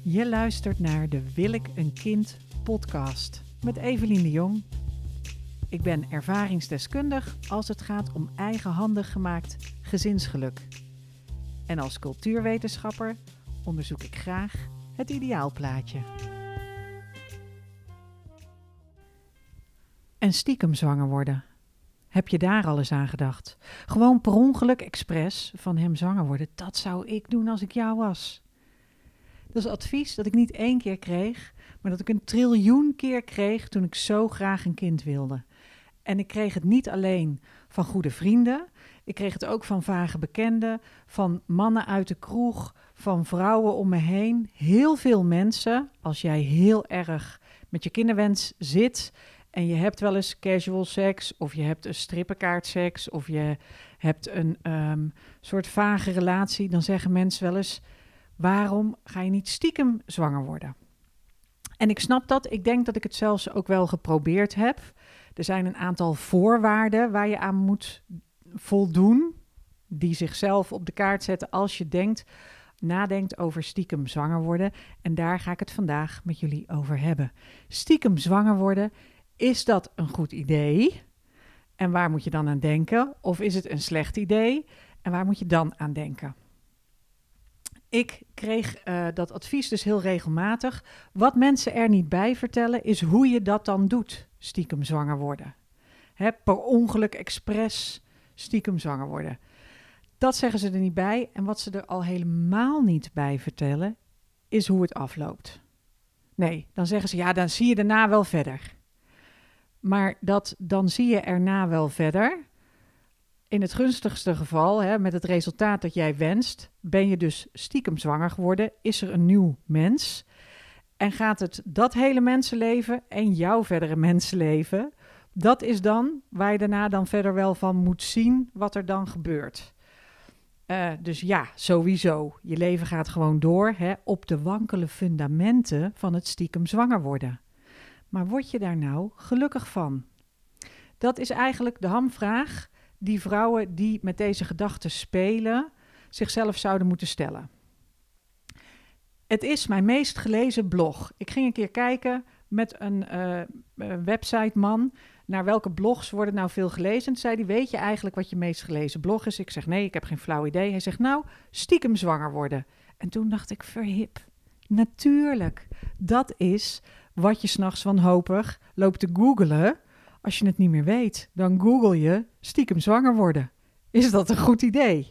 Je luistert naar de Wil ik een kind podcast met Evelien de Jong. Ik ben ervaringsdeskundig als het gaat om eigenhandig gemaakt gezinsgeluk. En als cultuurwetenschapper onderzoek ik graag het ideaalplaatje. En stiekem zwanger worden. Heb je daar al eens aan gedacht? Gewoon per ongeluk expres van hem zwanger worden. Dat zou ik doen als ik jou was. Dat is advies dat ik niet 1 keer kreeg, maar dat ik 1 triljoen keer kreeg toen ik zo graag een kind wilde. En ik kreeg het niet alleen van goede vrienden, ik kreeg het ook van vage bekenden, van mannen uit de kroeg, van vrouwen om me heen. Heel veel mensen, als jij heel erg met je kinderwens zit en je hebt wel eens casual seks, of je hebt een strippenkaartseks, of je hebt een soort vage relatie, dan zeggen mensen wel eens: waarom ga je niet stiekem zwanger worden? En ik snap dat. Ik denk dat ik het zelfs ook wel geprobeerd heb. Er zijn een aantal voorwaarden waar je aan moet voldoen, die zichzelf op de kaart zetten als je nadenkt over stiekem zwanger worden. En daar ga ik het vandaag met jullie over hebben. Stiekem zwanger worden, is dat een goed idee? En waar moet je dan aan denken? Of is het een slecht idee? En waar moet je dan aan denken? Ik kreeg dat advies dus heel regelmatig. Wat mensen er niet bij vertellen is hoe je dat dan doet, stiekem zwanger worden. Per ongeluk expres stiekem zwanger worden. Dat zeggen ze er niet bij. En wat ze er al helemaal niet bij vertellen, is hoe het afloopt. Nee, dan zeggen ze, ja, dan zie je daarna wel verder. Maar dan zie je erna wel verder. In het gunstigste geval, met het resultaat dat jij wenst, ben je dus stiekem zwanger geworden, is er een nieuw mens. En gaat het dat hele mensenleven en jouw verdere mensenleven, dat is dan waar je daarna dan verder wel van moet zien wat er dan gebeurt. Dus ja, sowieso. Je leven gaat gewoon door op de wankele fundamenten van het stiekem zwanger worden. Maar word je daar nou gelukkig van? Dat is eigenlijk de hamvraag die vrouwen die met deze gedachten spelen zichzelf zouden moeten stellen. Het is mijn meest gelezen blog. Ik ging een keer kijken met een websiteman naar welke blogs worden nou veel gelezen. Toen zei hij, weet je eigenlijk wat je meest gelezen blog is? Ik zeg, nee, ik heb geen flauw idee. Hij zegt, nou, stiekem zwanger worden. En toen dacht ik, verhip, natuurlijk. Dat is wat je 's nachts wanhopig loopt te googelen. Als je het niet meer weet, dan google je stiekem zwanger worden. Is dat een goed idee?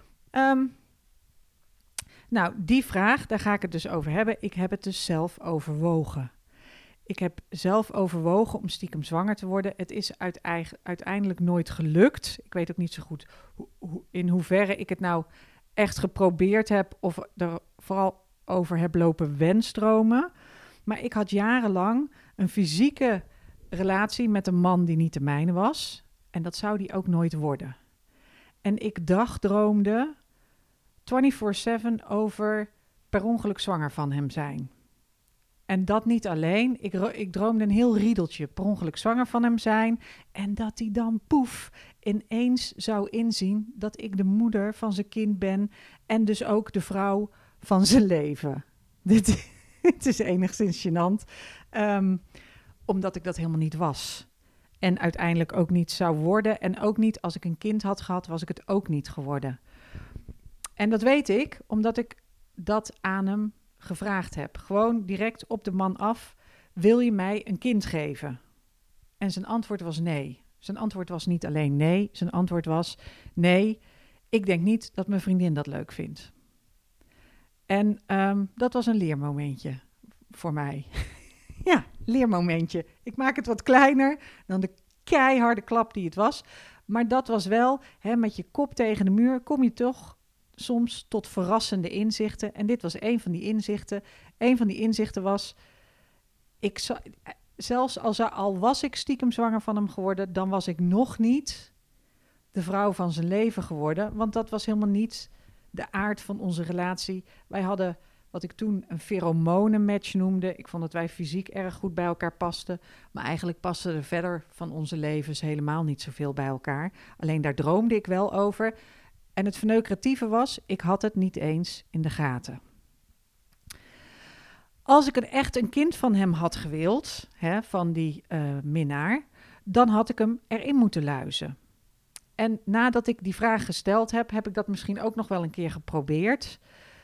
Nou, die vraag, daar ga ik het dus over hebben. Ik heb het dus zelf overwogen. Ik heb zelf overwogen om stiekem zwanger te worden. Het is uiteindelijk nooit gelukt. Ik weet ook niet zo goed in hoeverre ik het nou echt geprobeerd heb of er vooral over heb lopen wensdromen. Maar ik had jarenlang een fysieke relatie met een man die niet de mijne was. En dat zou die ook nooit worden. En ik dagdroomde 24/7 over per ongeluk zwanger van hem zijn. En dat niet alleen. Ik droomde een heel riedeltje per ongeluk zwanger van hem zijn. En dat hij dan ineens zou inzien dat ik de moeder van zijn kind ben. En dus ook de vrouw van zijn leven. Het is enigszins gênant. Omdat ik dat helemaal niet was. En uiteindelijk ook niet zou worden. En ook niet, als ik een kind had gehad, was ik het ook niet geworden. En dat weet ik, omdat ik dat aan hem gevraagd heb. Gewoon direct op de man af, wil je mij een kind geven? En zijn antwoord was nee. Zijn antwoord was niet alleen nee, zijn antwoord was nee, ik denk niet dat mijn vriendin dat leuk vindt. En dat was een leermomentje voor mij. Ja, leermomentje. Ik maak het wat kleiner dan de keiharde klap die het was. Maar dat was wel, met je kop tegen de muur kom je toch soms tot verrassende inzichten. En dit was een van die inzichten. Een van die inzichten was, zelfs al was ik stiekem zwanger van hem geworden, dan was ik nog niet de vrouw van zijn leven geworden. Want dat was helemaal niet de aard van onze relatie. Wij hadden wat ik toen een pheromonenmatch noemde. Ik vond dat wij fysiek erg goed bij elkaar pasten. Maar eigenlijk pasten er verder van onze levens helemaal niet zoveel bij elkaar. Alleen daar droomde ik wel over. En het verneukeratieve was, ik had het niet eens in de gaten. Als ik echt een kind van hem had gewild, van die minnaar, dan had ik hem erin moeten luizen. En nadat ik die vraag gesteld heb, heb ik dat misschien ook nog wel een keer geprobeerd.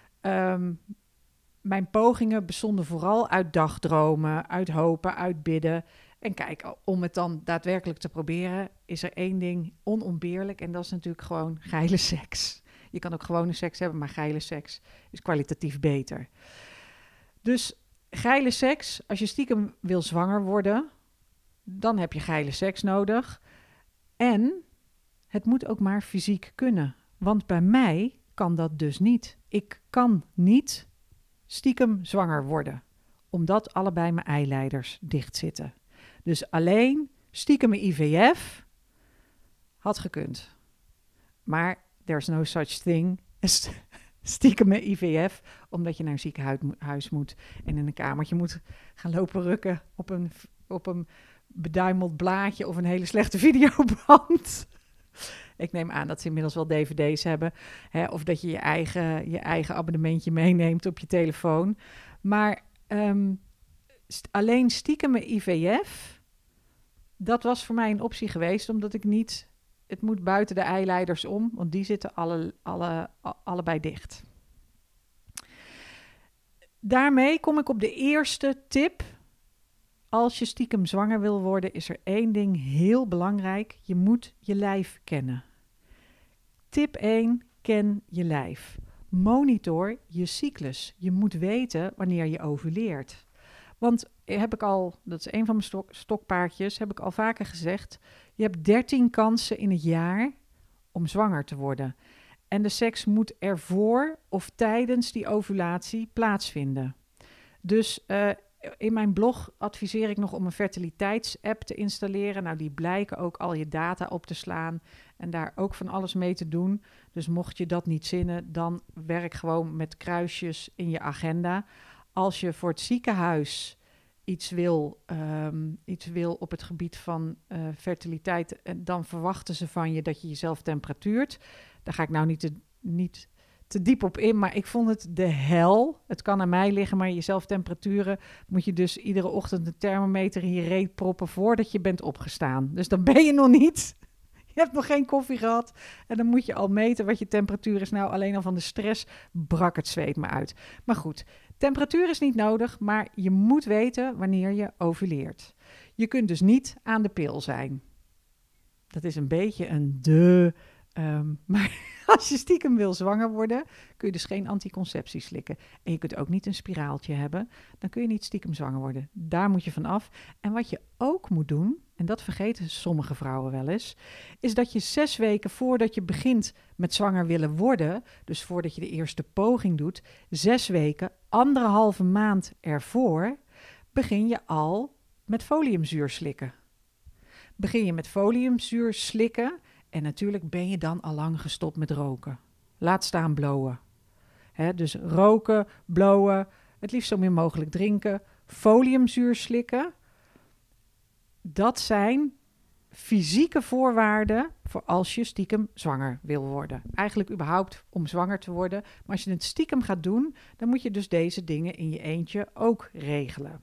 Mijn pogingen bestonden vooral uit dagdromen, uit hopen, uit bidden. En kijk, om het dan daadwerkelijk te proberen, is er één ding onontbeerlijk. En dat is natuurlijk gewoon geile seks. Je kan ook gewone seks hebben, maar geile seks is kwalitatief beter. Dus geile seks, als je stiekem wil zwanger worden, dan heb je geile seks nodig. En het moet ook maar fysiek kunnen. Want bij mij kan dat dus niet. Ik kan niet stiekem zwanger worden, omdat allebei mijn eileiders dicht zitten. Dus alleen stiekem IVF had gekund. Maar there's no such thing as stiekem IVF, omdat je naar een ziekenhuis moet en in een kamertje moet gaan lopen rukken op een beduimeld blaadje of een hele slechte videoband. Ik neem aan dat ze inmiddels wel dvd's hebben. Of dat je je eigen abonnementje meeneemt op je telefoon. Maar alleen stiekem IVF, dat was voor mij een optie geweest, omdat ik niet... Het moet buiten de eileiders om, want die zitten allebei dicht. Daarmee kom ik op de eerste tip. Als je stiekem zwanger wil worden, is er één ding heel belangrijk. Je moet je lijf kennen. Tip 1, ken je lijf. Monitor je cyclus. Je moet weten wanneer je ovuleert. Want dat is een van mijn stokpaardjes, heb ik al vaker gezegd. Je hebt 13 kansen in het jaar om zwanger te worden. En de seks moet ervoor of tijdens die ovulatie plaatsvinden. Dus in mijn blog adviseer ik nog om een fertiliteitsapp te installeren. Nou, die blijken ook al je data op te slaan en daar ook van alles mee te doen. Dus mocht je dat niet zinnen, dan werk gewoon met kruisjes in je agenda. Als je voor het ziekenhuis iets wil op het gebied van fertiliteit, dan verwachten ze van je dat je jezelf temperatuurt. Daar ga ik nou niet te diep op in, maar ik vond het de hel. Het kan aan mij liggen, maar jezelf temperaturen moet je dus iedere ochtend een thermometer in je reet proppen voordat je bent opgestaan. Dus dan ben je nog niet. Je hebt nog geen koffie gehad en dan moet je al meten wat je temperatuur is. Nou, alleen al van de stress brak het zweet me uit. Maar goed, temperatuur is niet nodig, maar je moet weten wanneer je ovuleert. Je kunt dus niet aan de pil zijn. Dat is een beetje een maar als je stiekem wil zwanger worden, kun je dus geen anticonceptie slikken. En je kunt ook niet een spiraaltje hebben. Dan kun je niet stiekem zwanger worden. Daar moet je van af. En wat je ook moet doen, en dat vergeten sommige vrouwen wel eens, is dat je 6 weken voordat je begint met zwanger willen worden, dus voordat je de eerste poging doet, 6 weken, 1,5 maand ervoor, begin je al met foliumzuur slikken. Begin je met foliumzuur slikken en natuurlijk ben je dan al lang gestopt met roken. Laat staan blowen. Dus roken, blowen, het liefst zo min mogelijk drinken, foliumzuur slikken. Dat zijn fysieke voorwaarden voor als je stiekem zwanger wil worden. Eigenlijk überhaupt om zwanger te worden. Maar als je het stiekem gaat doen, dan moet je dus deze dingen in je eentje ook regelen.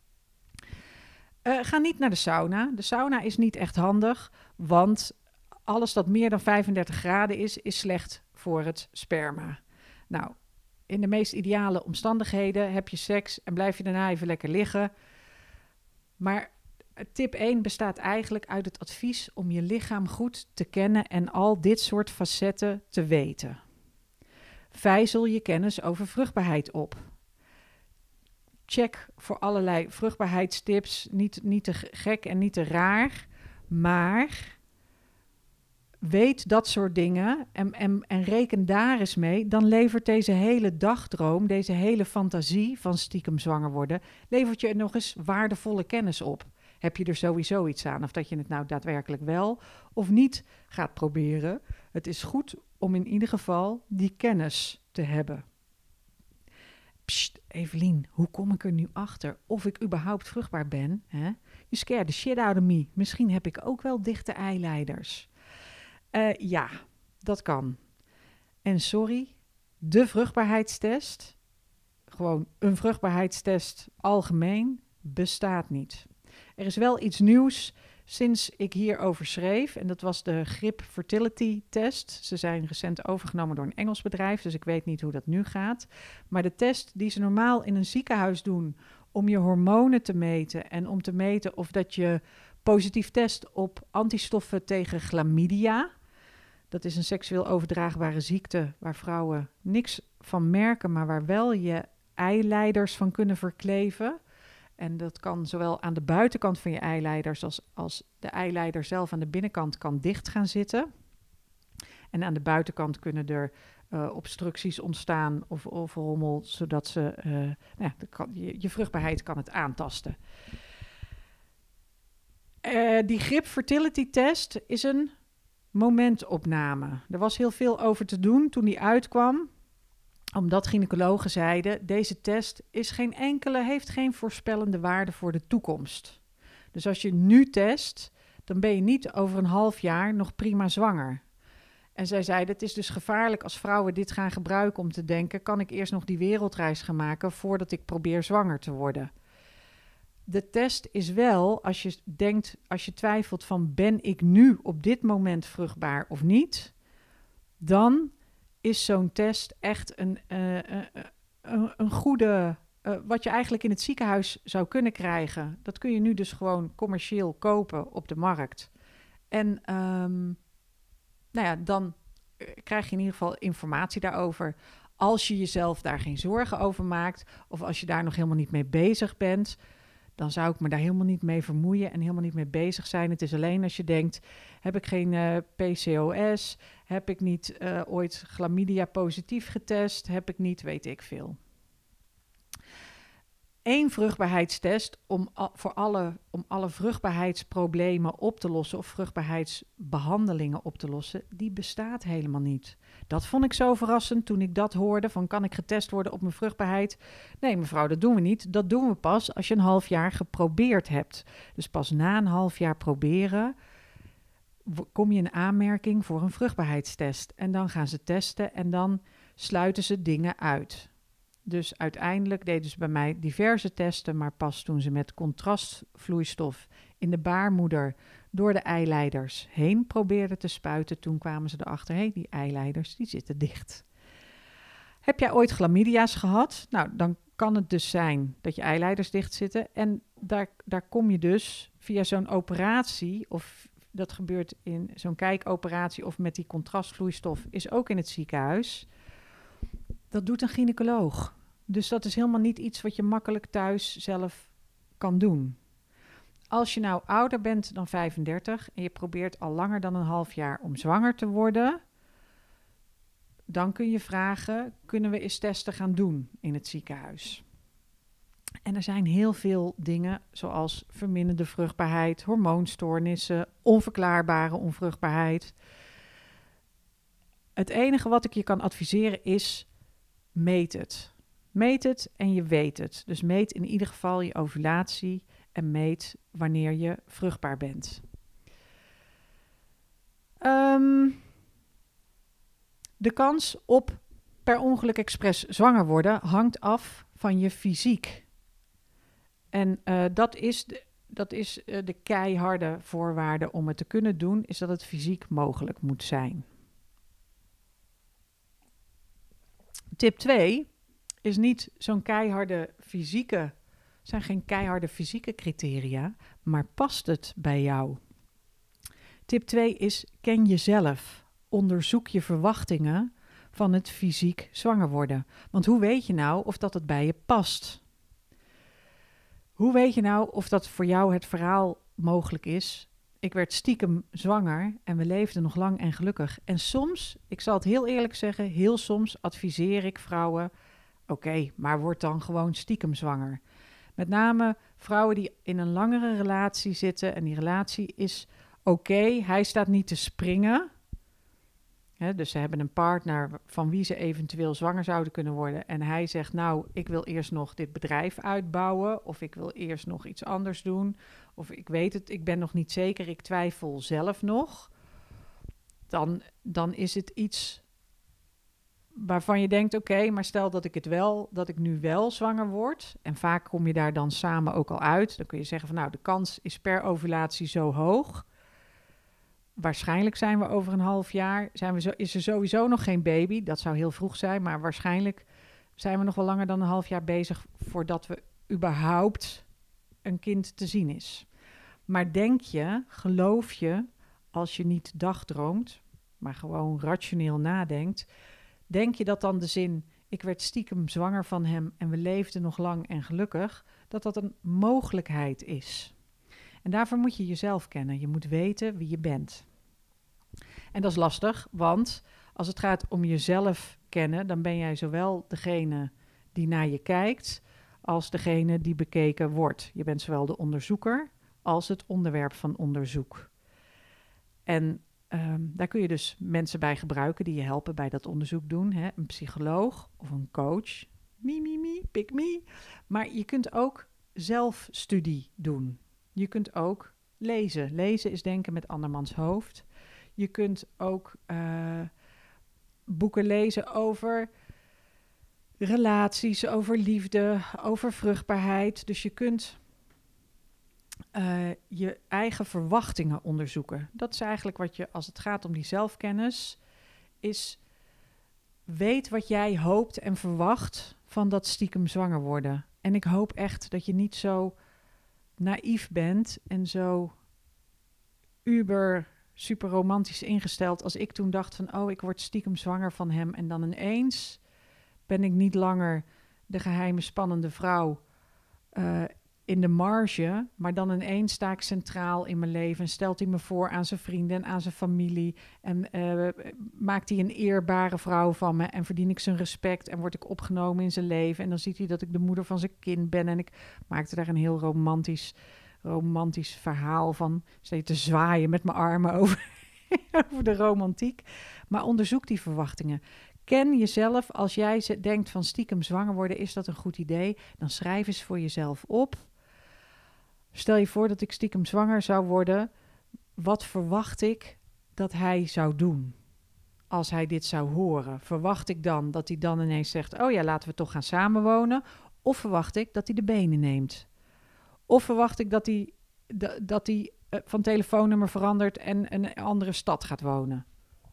Ga niet naar de sauna. De sauna is niet echt handig, want alles dat meer dan 35 graden is slecht voor het sperma. Nou, in de meest ideale omstandigheden heb je seks en blijf je daarna even lekker liggen. Maar tip 1 bestaat eigenlijk uit het advies om je lichaam goed te kennen en al dit soort facetten te weten. Vijzel je kennis over vruchtbaarheid op. Check voor allerlei vruchtbaarheidstips, niet te gek en niet te raar, maar weet dat soort dingen en reken daar eens mee. Dan levert deze hele dagdroom, deze hele fantasie van stiekem zwanger worden, levert je nog eens waardevolle kennis op. Heb je er sowieso iets aan, of dat je het nou daadwerkelijk wel of niet gaat proberen. Het is goed om in ieder geval die kennis te hebben. Psst, Evelien, hoe kom ik er nu achter of ik überhaupt vruchtbaar ben? Hè? You scare the shit out of me. Misschien heb ik ook wel dichte eileiders. Ja, dat kan. En sorry, de vruchtbaarheidstest gewoon een vruchtbaarheidstest algemeen bestaat niet. Er is wel iets nieuws sinds ik hierover schreef. En dat was de GRIP Fertility Test. Ze zijn recent overgenomen door een Engels bedrijf, dus ik weet niet hoe dat nu gaat. Maar de test die ze normaal in een ziekenhuis doen om je hormonen te meten en om te meten of dat je positief test op antistoffen tegen chlamydia. Dat is een seksueel overdraagbare ziekte waar vrouwen niks van merken, maar waar wel je eileiders van kunnen verkleven. En dat kan zowel aan de buitenkant van je eileiders als de eileider zelf aan de binnenkant kan dicht gaan zitten. En aan de buitenkant kunnen er obstructies ontstaan of rommel, zodat je vruchtbaarheid kan het aantasten. Die GRIP Fertility Test is een momentopname. Er was heel veel over te doen toen die uitkwam, omdat gynaecologen zeiden, deze test heeft geen voorspellende waarde voor de toekomst. Dus als je nu test, dan ben je niet over een half jaar nog prima zwanger. En zij zeiden, het is dus gevaarlijk als vrouwen dit gaan gebruiken om te denken, kan ik eerst nog die wereldreis gaan maken voordat ik probeer zwanger te worden. De test is wel, als je twijfelt van ben ik nu op dit moment vruchtbaar of niet, dan is zo'n test echt een goede, wat je eigenlijk in het ziekenhuis zou kunnen krijgen. Dat kun je nu dus gewoon commercieel kopen op de markt. En dan krijg je in ieder geval informatie daarover. Als je jezelf daar geen zorgen over maakt, of als je daar nog helemaal niet mee bezig bent, dan zou ik me daar helemaal niet mee vermoeien en helemaal niet mee bezig zijn. Het is alleen als je denkt, heb ik geen PCOS? Heb ik niet ooit chlamydia positief getest? Heb ik niet, weet ik veel. Eén vruchtbaarheidstest om alle vruchtbaarheidsproblemen op te lossen of vruchtbaarheidsbehandelingen op te lossen, die bestaat helemaal niet. Dat vond ik zo verrassend toen ik dat hoorde, van kan ik getest worden op mijn vruchtbaarheid? Nee mevrouw, dat doen we niet. Dat doen we pas als je een half jaar geprobeerd hebt. Dus pas na een half jaar proberen kom je in aanmerking voor een vruchtbaarheidstest. En dan gaan ze testen en dan sluiten ze dingen uit. Dus uiteindelijk deden ze bij mij diverse testen, maar pas toen ze met contrastvloeistof in de baarmoeder door de eileiders heen probeerden te spuiten, toen kwamen ze erachter, die eileiders die zitten dicht. Heb jij ooit chlamydia's gehad? Nou, dan kan het dus zijn dat je eileiders dicht zitten en daar kom je dus via zo'n operatie, of dat gebeurt in zo'n kijkoperatie of met die contrastvloeistof, is ook in het ziekenhuis. Dat doet een gynaecoloog. Dus dat is helemaal niet iets wat je makkelijk thuis zelf kan doen. Als je nou ouder bent dan 35 en je probeert al langer dan een half jaar om zwanger te worden, dan kun je vragen, kunnen we eens testen gaan doen in het ziekenhuis? En er zijn heel veel dingen zoals verminderde vruchtbaarheid, hormoonstoornissen, onverklaarbare onvruchtbaarheid. Het enige wat ik je kan adviseren is, meet het. Meet het en je weet het. Dus meet in ieder geval je ovulatie en meet wanneer je vruchtbaar bent. De kans op per ongeluk expres zwanger worden hangt af van je fysiek. En dat is de keiharde voorwaarde om het te kunnen doen, is dat het fysiek mogelijk moet zijn. Tip 2 is niet zo'n zijn geen keiharde fysieke criteria, maar past het bij jou? Tip 2 is ken jezelf. Onderzoek je verwachtingen van het fysiek zwanger worden. Want hoe weet je nou of dat het bij je past? Hoe weet je nou of dat voor jou het verhaal mogelijk is? Ik werd stiekem zwanger en we leefden nog lang en gelukkig. En soms, ik zal het heel eerlijk zeggen, heel soms adviseer ik vrouwen, oké, maar word dan gewoon stiekem zwanger. Met name vrouwen die in een langere relatie zitten en die relatie is oké, hij staat niet te springen. Dus ze hebben een partner van wie ze eventueel zwanger zouden kunnen worden. En hij zegt, nou, ik wil eerst nog dit bedrijf uitbouwen. Of ik wil eerst nog iets anders doen. Of ik weet het, ik ben nog niet zeker, ik twijfel zelf nog. Dan is het iets waarvan je denkt, oké, maar stel dat ik nu wel zwanger word. En vaak kom je daar dan samen ook al uit. Dan kun je zeggen van, nou, de kans is per ovulatie zo hoog. Waarschijnlijk zijn we over een half jaar, is er sowieso nog geen baby. Dat zou heel vroeg zijn, maar waarschijnlijk zijn we nog wel langer dan een half jaar bezig voordat we überhaupt een kind te zien is. Maar geloof je, als je niet dagdroomt, maar gewoon rationeel nadenkt, denk je dat dan de zin, ik werd stiekem zwanger van hem en we leefden nog lang en gelukkig, dat een mogelijkheid is? En daarvoor moet je jezelf kennen. Je moet weten wie je bent. En dat is lastig, want als het gaat om jezelf kennen, dan ben jij zowel degene die naar je kijkt, als degene die bekeken wordt. Je bent zowel de onderzoeker als het onderwerp van onderzoek. En daar kun je dus mensen bij gebruiken die je helpen bij dat onderzoek doen. Hè? Een psycholoog of een coach. Pick me. Maar je kunt ook zelfstudie doen. Je kunt ook lezen. Lezen is denken met andermans hoofd. Je kunt ook boeken lezen over relaties, over liefde, over vruchtbaarheid. Dus je kunt je eigen verwachtingen onderzoeken. Dat is eigenlijk wat je, als het gaat om die zelfkennis, is weet wat jij hoopt en verwacht van dat stiekem zwanger worden. En ik hoop echt dat je niet zo naïef bent en zo super romantisch ingesteld als ik toen dacht van, oh, ik word stiekem zwanger van hem en dan ineens ben ik niet langer de geheime spannende vrouw in de marge, maar dan ineens sta ik centraal in mijn leven en stelt hij me voor aan zijn vrienden en aan zijn familie en maakt hij een eerbare vrouw van me en verdien ik zijn respect en word ik opgenomen in zijn leven en dan ziet hij dat ik de moeder van zijn kind ben en ik maakte daar een heel romantisch verhaal van. Steeds te zwaaien met mijn armen over de romantiek. Maar onderzoek die verwachtingen. Ken jezelf. Als jij denkt van stiekem zwanger worden, is dat een goed idee? Dan schrijf eens voor jezelf op. Stel je voor dat ik stiekem zwanger zou worden. Wat verwacht ik dat hij zou doen als hij dit zou horen? Verwacht ik dan dat hij dan ineens zegt, oh ja, laten we toch gaan samenwonen? Of verwacht ik dat hij de benen neemt? Of verwacht ik dat hij van telefoonnummer verandert en een andere stad gaat wonen?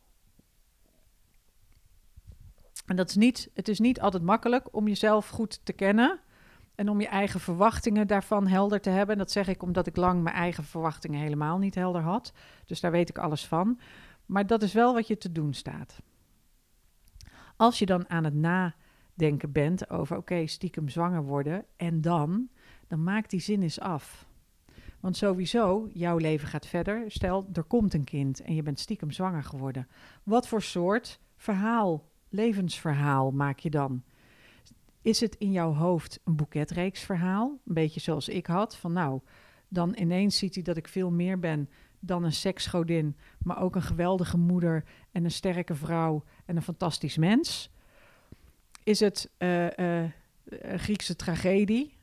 En het is niet altijd makkelijk om jezelf goed te kennen en om je eigen verwachtingen daarvan helder te hebben. En dat zeg ik omdat ik lang mijn eigen verwachtingen helemaal niet helder had. Dus daar weet ik alles van. Maar dat is wel wat je te doen staat. Als je dan aan het nadenken bent over, oké, stiekem zwanger worden en dan maak die zin eens af. Want sowieso, jouw leven gaat verder. Stel, er komt een kind en je bent stiekem zwanger geworden. Wat voor soort levensverhaal maak je dan? Is het in jouw hoofd een boeketreeksverhaal? Een beetje zoals ik had. Van nou, dan ineens ziet hij dat ik veel meer ben dan een seksgodin, maar ook een geweldige moeder en een sterke vrouw en een fantastisch mens. Is het een Griekse tragedie?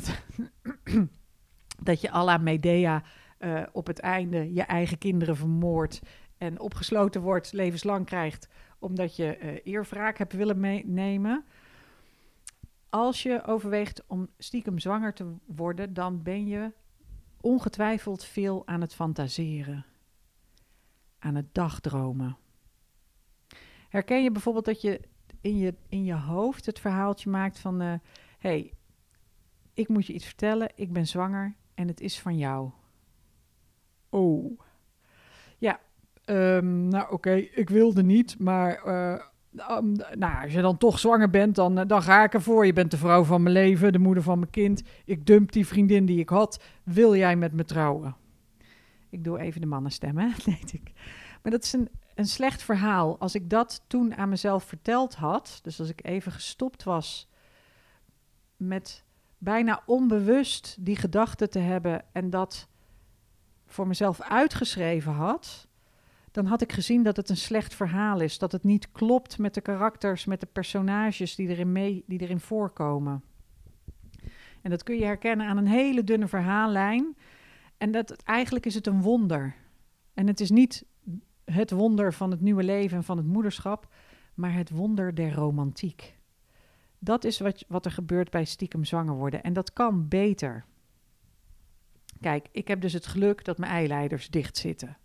Dat je à la Medea op het einde je eigen kinderen vermoordt en opgesloten wordt, levenslang krijgt, omdat je eerwraak hebt willen nemen. Als je overweegt om stiekem zwanger te worden, dan ben je ongetwijfeld veel aan het fantaseren, aan het dagdromen. Herken je bijvoorbeeld dat je in je hoofd het verhaaltje maakt van, hey, ik moet je iets vertellen, ik ben zwanger en het is van jou. Oh. Ja, nou oké, ik wilde niet, maar als je dan toch zwanger bent, dan ga ik ervoor. Je bent de vrouw van mijn leven, de moeder van mijn kind. Ik dump die vriendin die ik had. Wil jij met me trouwen? Ik doe even de mannenstem, hè? Weet ik. Maar dat is een slecht verhaal. Als ik dat toen aan mezelf verteld had, dus als ik even gestopt was met bijna onbewust die gedachte te hebben en dat voor mezelf uitgeschreven had, dan had ik gezien dat het een slecht verhaal is. Dat het niet klopt met de karakters, met de personages die erin voorkomen. En dat kun je herkennen aan een hele dunne verhaallijn. En eigenlijk is het een wonder. En het is niet het wonder van het nieuwe leven en van het moederschap, maar het wonder der romantiek. Dat is wat er gebeurt bij stiekem zwanger worden. En dat kan beter. Kijk, ik heb dus het geluk dat mijn eileiders dicht zitten.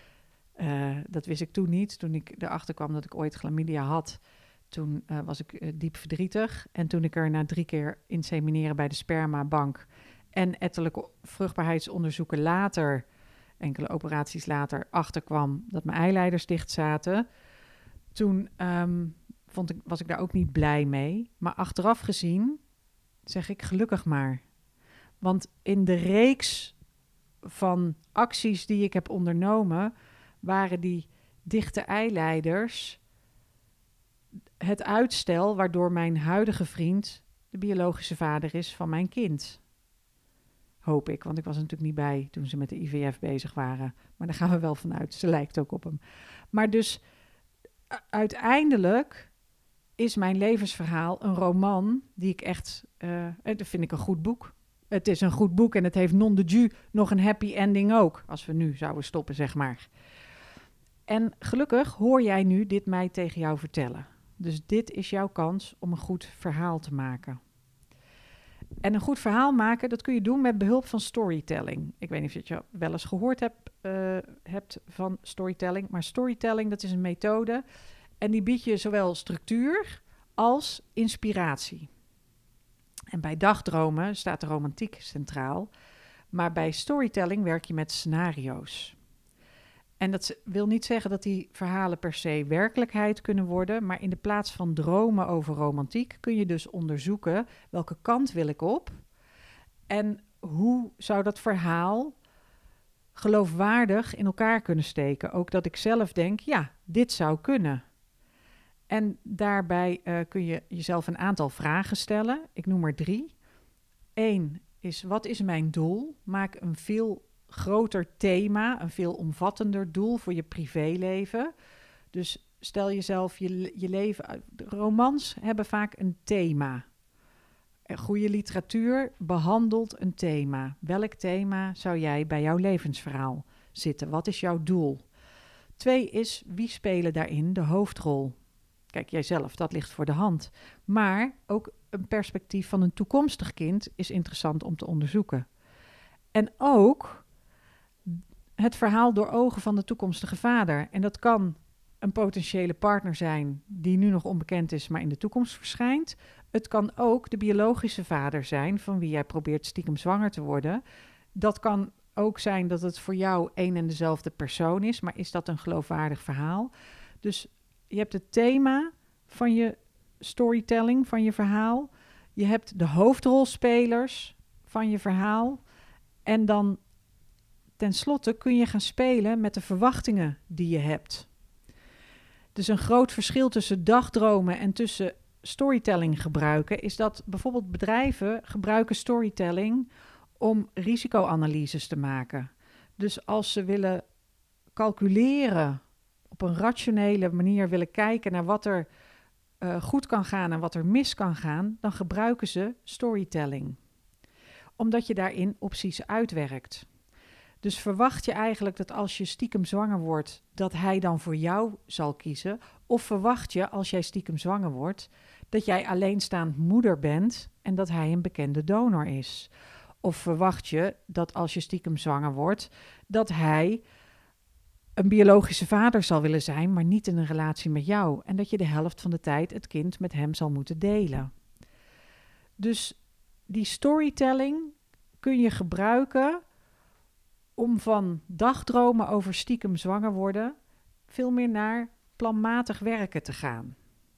Dat wist ik toen niet. Toen ik erachter kwam dat ik ooit chlamydia had, toen was ik diep verdrietig. En toen ik er na 3 keer insemineren bij de spermabank en ettelijke vruchtbaarheidsonderzoeken later, enkele operaties later, achterkwam dat mijn eileiders dicht zaten, toen was ik daar ook niet blij mee. Maar achteraf gezien zeg ik gelukkig maar. Want in de reeks van acties die ik heb ondernomen, waren die dichte eileiders het uitstel waardoor mijn huidige vriend de biologische vader is van mijn kind. Hoop ik, want ik was er natuurlijk niet bij toen ze met de IVF bezig waren. Maar daar gaan we wel vanuit, ze lijkt ook op hem. Maar dus uiteindelijk is mijn levensverhaal een roman die ik echt, dat vind ik een goed boek. Het is een goed boek en het heeft non de jus nog een happy ending ook, als we nu zouden stoppen, zeg maar. En gelukkig hoor jij nu dit mij tegen jou vertellen. Dus dit is jouw kans om een goed verhaal te maken. En een goed verhaal maken, dat kun je doen met behulp van storytelling. Ik weet niet of je wel eens gehoord hebt van storytelling. Maar storytelling, dat is een methode. En die biedt je zowel structuur als inspiratie. En bij dagdromen staat de romantiek centraal. Maar bij storytelling werk je met scenario's. En dat wil niet zeggen dat die verhalen per se werkelijkheid kunnen worden, maar in de plaats van dromen over romantiek kun je dus onderzoeken welke kant wil ik op en hoe zou dat verhaal geloofwaardig in elkaar kunnen steken. Ook dat ik zelf denk, ja, dit zou kunnen. En daarbij kun je jezelf een aantal vragen stellen. Ik noem er 3. 1 is, wat is mijn doel? Maak een veel groter thema, een veel omvattender doel voor je privéleven. Dus stel jezelf je leven. Romans hebben vaak een thema. Goede literatuur behandelt een thema. Welk thema zou jij bij jouw levensverhaal zitten? Wat is jouw doel? 2 is, wie spelen daarin de hoofdrol? Kijk, jijzelf, dat ligt voor de hand. Maar ook een perspectief van een toekomstig kind is interessant om te onderzoeken. En ook het verhaal door ogen van de toekomstige vader. En dat kan een potentiële partner zijn die nu nog onbekend is, maar in de toekomst verschijnt. Het kan ook de biologische vader zijn van wie jij probeert stiekem zwanger te worden. Dat kan ook zijn dat het voor jou één en dezelfde persoon is, maar is dat een geloofwaardig verhaal? Dus je hebt het thema van je storytelling, van je verhaal. Je hebt de hoofdrolspelers van je verhaal. En dan tenslotte kun je gaan spelen met de verwachtingen die je hebt. Dus een groot verschil tussen dagdromen en tussen storytelling gebruiken is dat bijvoorbeeld bedrijven gebruiken storytelling om risicoanalyses te maken. Dus als ze willen calculeren, op een rationele manier willen kijken naar wat er goed kan gaan en wat er mis kan gaan, dan gebruiken ze storytelling. Omdat je daarin opties uitwerkt. Dus verwacht je eigenlijk dat als je stiekem zwanger wordt, dat hij dan voor jou zal kiezen? Of verwacht je, als jij stiekem zwanger wordt, dat jij alleenstaand moeder bent en dat hij een bekende donor is? Of verwacht je dat als je stiekem zwanger wordt, dat hij een biologische vader zal willen zijn, maar niet in een relatie met jou? En dat je de helft van de tijd het kind met hem zal moeten delen. Dus die storytelling kun je gebruiken om van dagdromen over stiekem zwanger worden veel meer naar planmatig werken te gaan.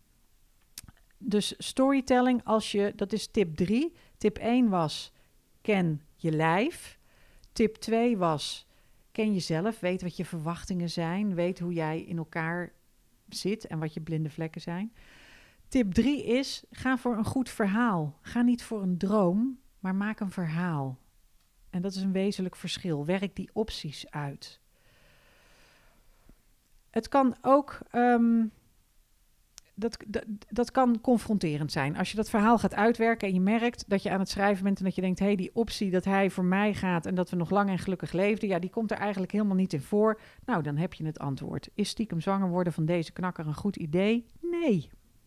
Dus storytelling, dat is tip 3. Tip 1 was, ken je lijf. Tip 2 was, ken jezelf, weet wat je verwachtingen zijn, weet hoe jij in elkaar zit en wat je blinde vlekken zijn. Tip 3 is, ga voor een goed verhaal. Ga niet voor een droom, maar maak een verhaal. En dat is een wezenlijk verschil. Werk die opties uit. Het kan ook dat kan confronterend zijn. Als je dat verhaal gaat uitwerken en je merkt dat je aan het schrijven bent en dat je denkt, die optie dat hij voor mij gaat en dat we nog lang en gelukkig leefden, ja, die komt er eigenlijk helemaal niet in voor. Nou, dan heb je het antwoord. Is stiekem zwanger worden van deze knakker een goed idee? Nee.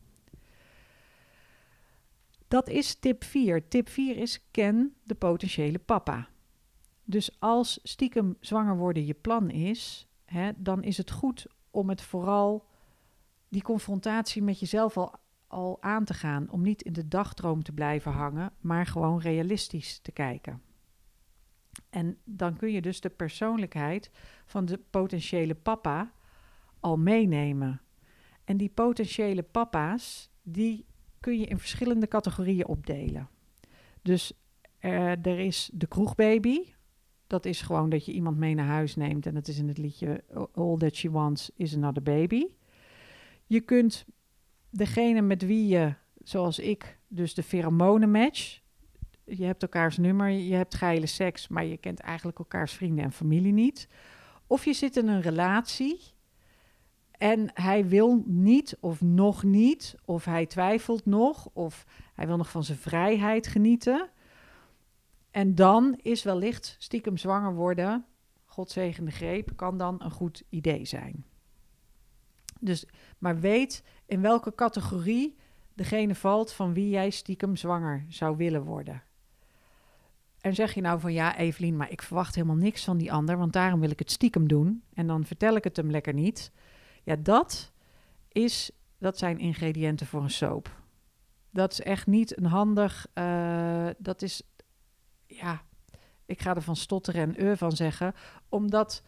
Dat is tip 4. Tip 4 is ken de potentiële papa. Dus als stiekem zwanger worden je plan is, dan is het goed om het vooral die confrontatie met jezelf al aan te gaan. Om niet in de dagdroom te blijven hangen, maar gewoon realistisch te kijken. En dan kun je dus de persoonlijkheid van de potentiële papa al meenemen. En die potentiële papa's, die kun je in verschillende categorieën opdelen. Dus er is de kroegbaby. Dat is gewoon dat je iemand mee naar huis neemt. En dat is in het liedje All That She Wants Is Another Baby. Je kunt degene met wie je, zoals ik, dus de pheromonenmatch. Je hebt elkaars nummer, je hebt geile seks, maar je kent eigenlijk elkaars vrienden en familie niet. Of je zit in een relatie en hij wil niet of nog niet, of hij twijfelt nog, of hij wil nog van zijn vrijheid genieten. En dan is wellicht stiekem zwanger worden, God zegen de greep, kan dan een goed idee zijn. Dus, maar weet in welke categorie degene valt van wie jij stiekem zwanger zou willen worden. En zeg je nou van ja, Evelien, maar ik verwacht helemaal niks van die ander, want daarom wil ik het stiekem doen. En dan vertel ik het hem lekker niet. Ja, dat zijn ingrediënten voor een soap. Dat is echt niet een handig, dat is, ja, ik ga er van stotteren en van zeggen, omdat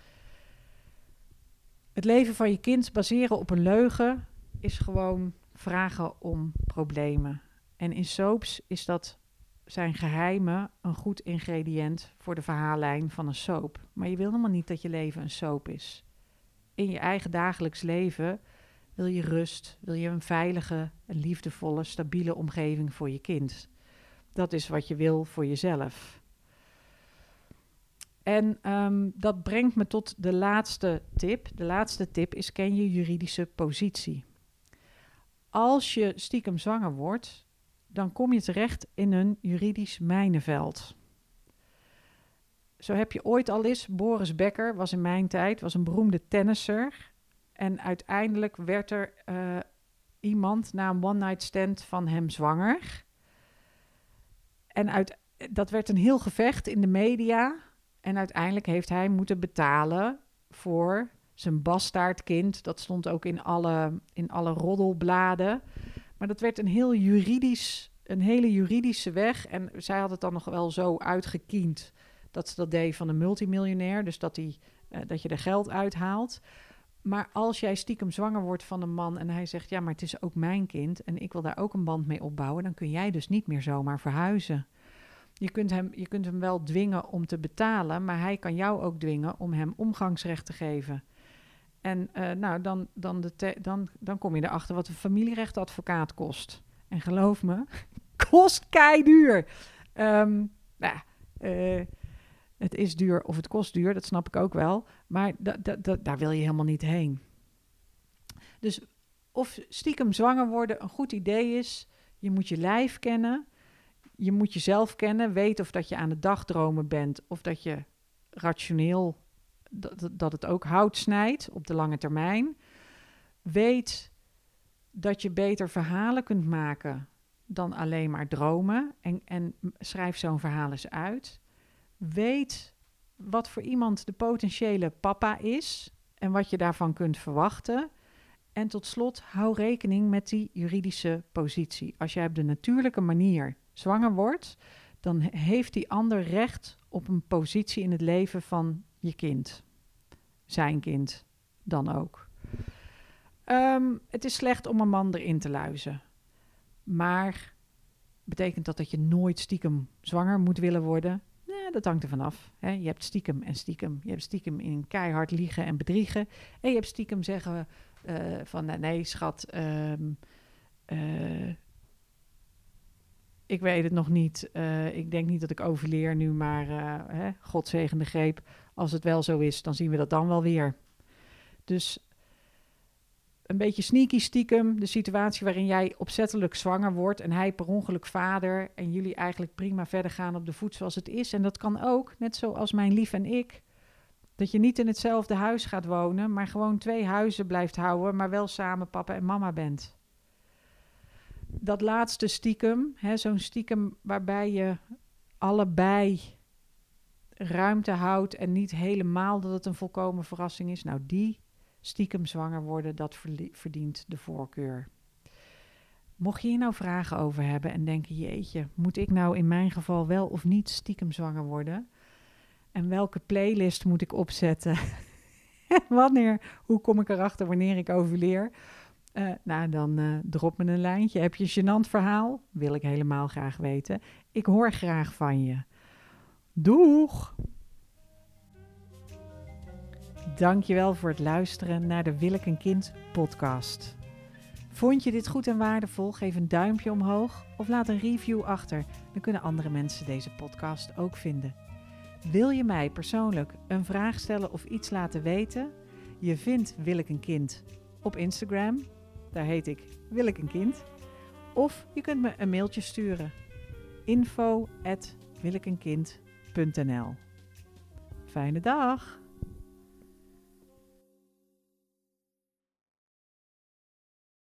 het leven van je kind baseren op een leugen is gewoon vragen om problemen. En in soaps zijn geheimen een goed ingrediënt voor de verhaallijn van een soap. Maar je wil helemaal niet dat je leven een soap is. In je eigen dagelijks leven wil je rust, wil je een veilige, een liefdevolle, stabiele omgeving voor je kind. Dat is wat je wil voor jezelf. En dat brengt me tot de laatste tip. De laatste tip is ken je juridische positie. Als je stiekem zwanger wordt, dan kom je terecht in een juridisch mijnenveld. Zo heb je ooit al eens, Boris Becker was in mijn tijd, was een beroemde tennisser. En uiteindelijk werd er iemand na een one-night stand van hem zwanger. En dat werd een heel gevecht in de media. En uiteindelijk heeft hij moeten betalen voor zijn bastaardkind. Dat stond ook in alle roddelbladen. Maar dat werd een hele juridische weg. En zij had het dan nog wel zo uitgekiend dat ze dat deed van een multimiljonair. Dus dat je er geld uithaalt. Maar als jij stiekem zwanger wordt van een man en hij zegt, ja, maar het is ook mijn kind en ik wil daar ook een band mee opbouwen, dan kun jij dus niet meer zomaar verhuizen. Je kunt hem wel dwingen om te betalen, maar hij kan jou ook dwingen om hem omgangsrecht te geven. En dan kom je erachter wat een familierechtadvocaat kost. En geloof me, kost keiduur. Het is duur of het kost duur, dat snap ik ook wel. Maar daar wil je helemaal niet heen. Dus of stiekem zwanger worden een goed idee is, je moet je lijf kennen. Je moet jezelf kennen, weten of dat je aan het dagdromen bent of dat je rationeel, dat het ook hout snijdt op de lange termijn. Weet dat je beter verhalen kunt maken dan alleen maar dromen en schrijf zo'n verhaal eens uit. Weet wat voor iemand de potentiële papa is en wat je daarvan kunt verwachten. En tot slot, hou rekening met die juridische positie. Als jij op de natuurlijke manier zwanger wordt, dan heeft die ander recht op een positie in het leven van je kind. Zijn kind dan ook. Het is slecht om een man erin te luizen. Maar betekent dat je nooit stiekem zwanger moet willen worden? Nee, dat hangt er vanaf. Je hebt stiekem en stiekem. Je hebt stiekem in keihard liegen en bedriegen. En je hebt stiekem zeggen van nee schat, ik weet het nog niet. Ik denk niet dat ik overleer nu, maar God zegen de greep. Als het wel zo is, dan zien we dat dan wel weer. Dus een beetje sneaky stiekem de situatie waarin jij opzettelijk zwanger wordt en hij per ongeluk vader en jullie eigenlijk prima verder gaan op de voet zoals het is. En dat kan ook, net zoals mijn lief en ik, dat je niet in hetzelfde huis gaat wonen, maar gewoon 2 huizen blijft houden, maar wel samen papa en mama bent. Dat laatste stiekem, zo'n stiekem waarbij je allebei ruimte houdt en niet helemaal dat het een volkomen verrassing is. Nou, die stiekem zwanger worden, dat verdient de voorkeur. Mocht je hier nou vragen over hebben en denken, jeetje, moet ik nou in mijn geval wel of niet stiekem zwanger worden? En welke playlist moet ik opzetten? Hoe kom ik erachter wanneer ik ovuleer? Dan drop me een lijntje. Heb je een gênant verhaal? Wil ik helemaal graag weten. Ik hoor graag van je. Doeg! Dankjewel voor het luisteren naar de Wil ik een kind podcast. Vond je dit goed en waardevol? Geef een duimpje omhoog of laat een review achter. Dan kunnen andere mensen deze podcast ook vinden. Wil je mij persoonlijk een vraag stellen of iets laten weten? Je vindt Wil ik een kind op Instagram. Daar heet ik Wil ik een kind. Of je kunt me een mailtje sturen. info@wilikeenkind.nl. Fijne dag!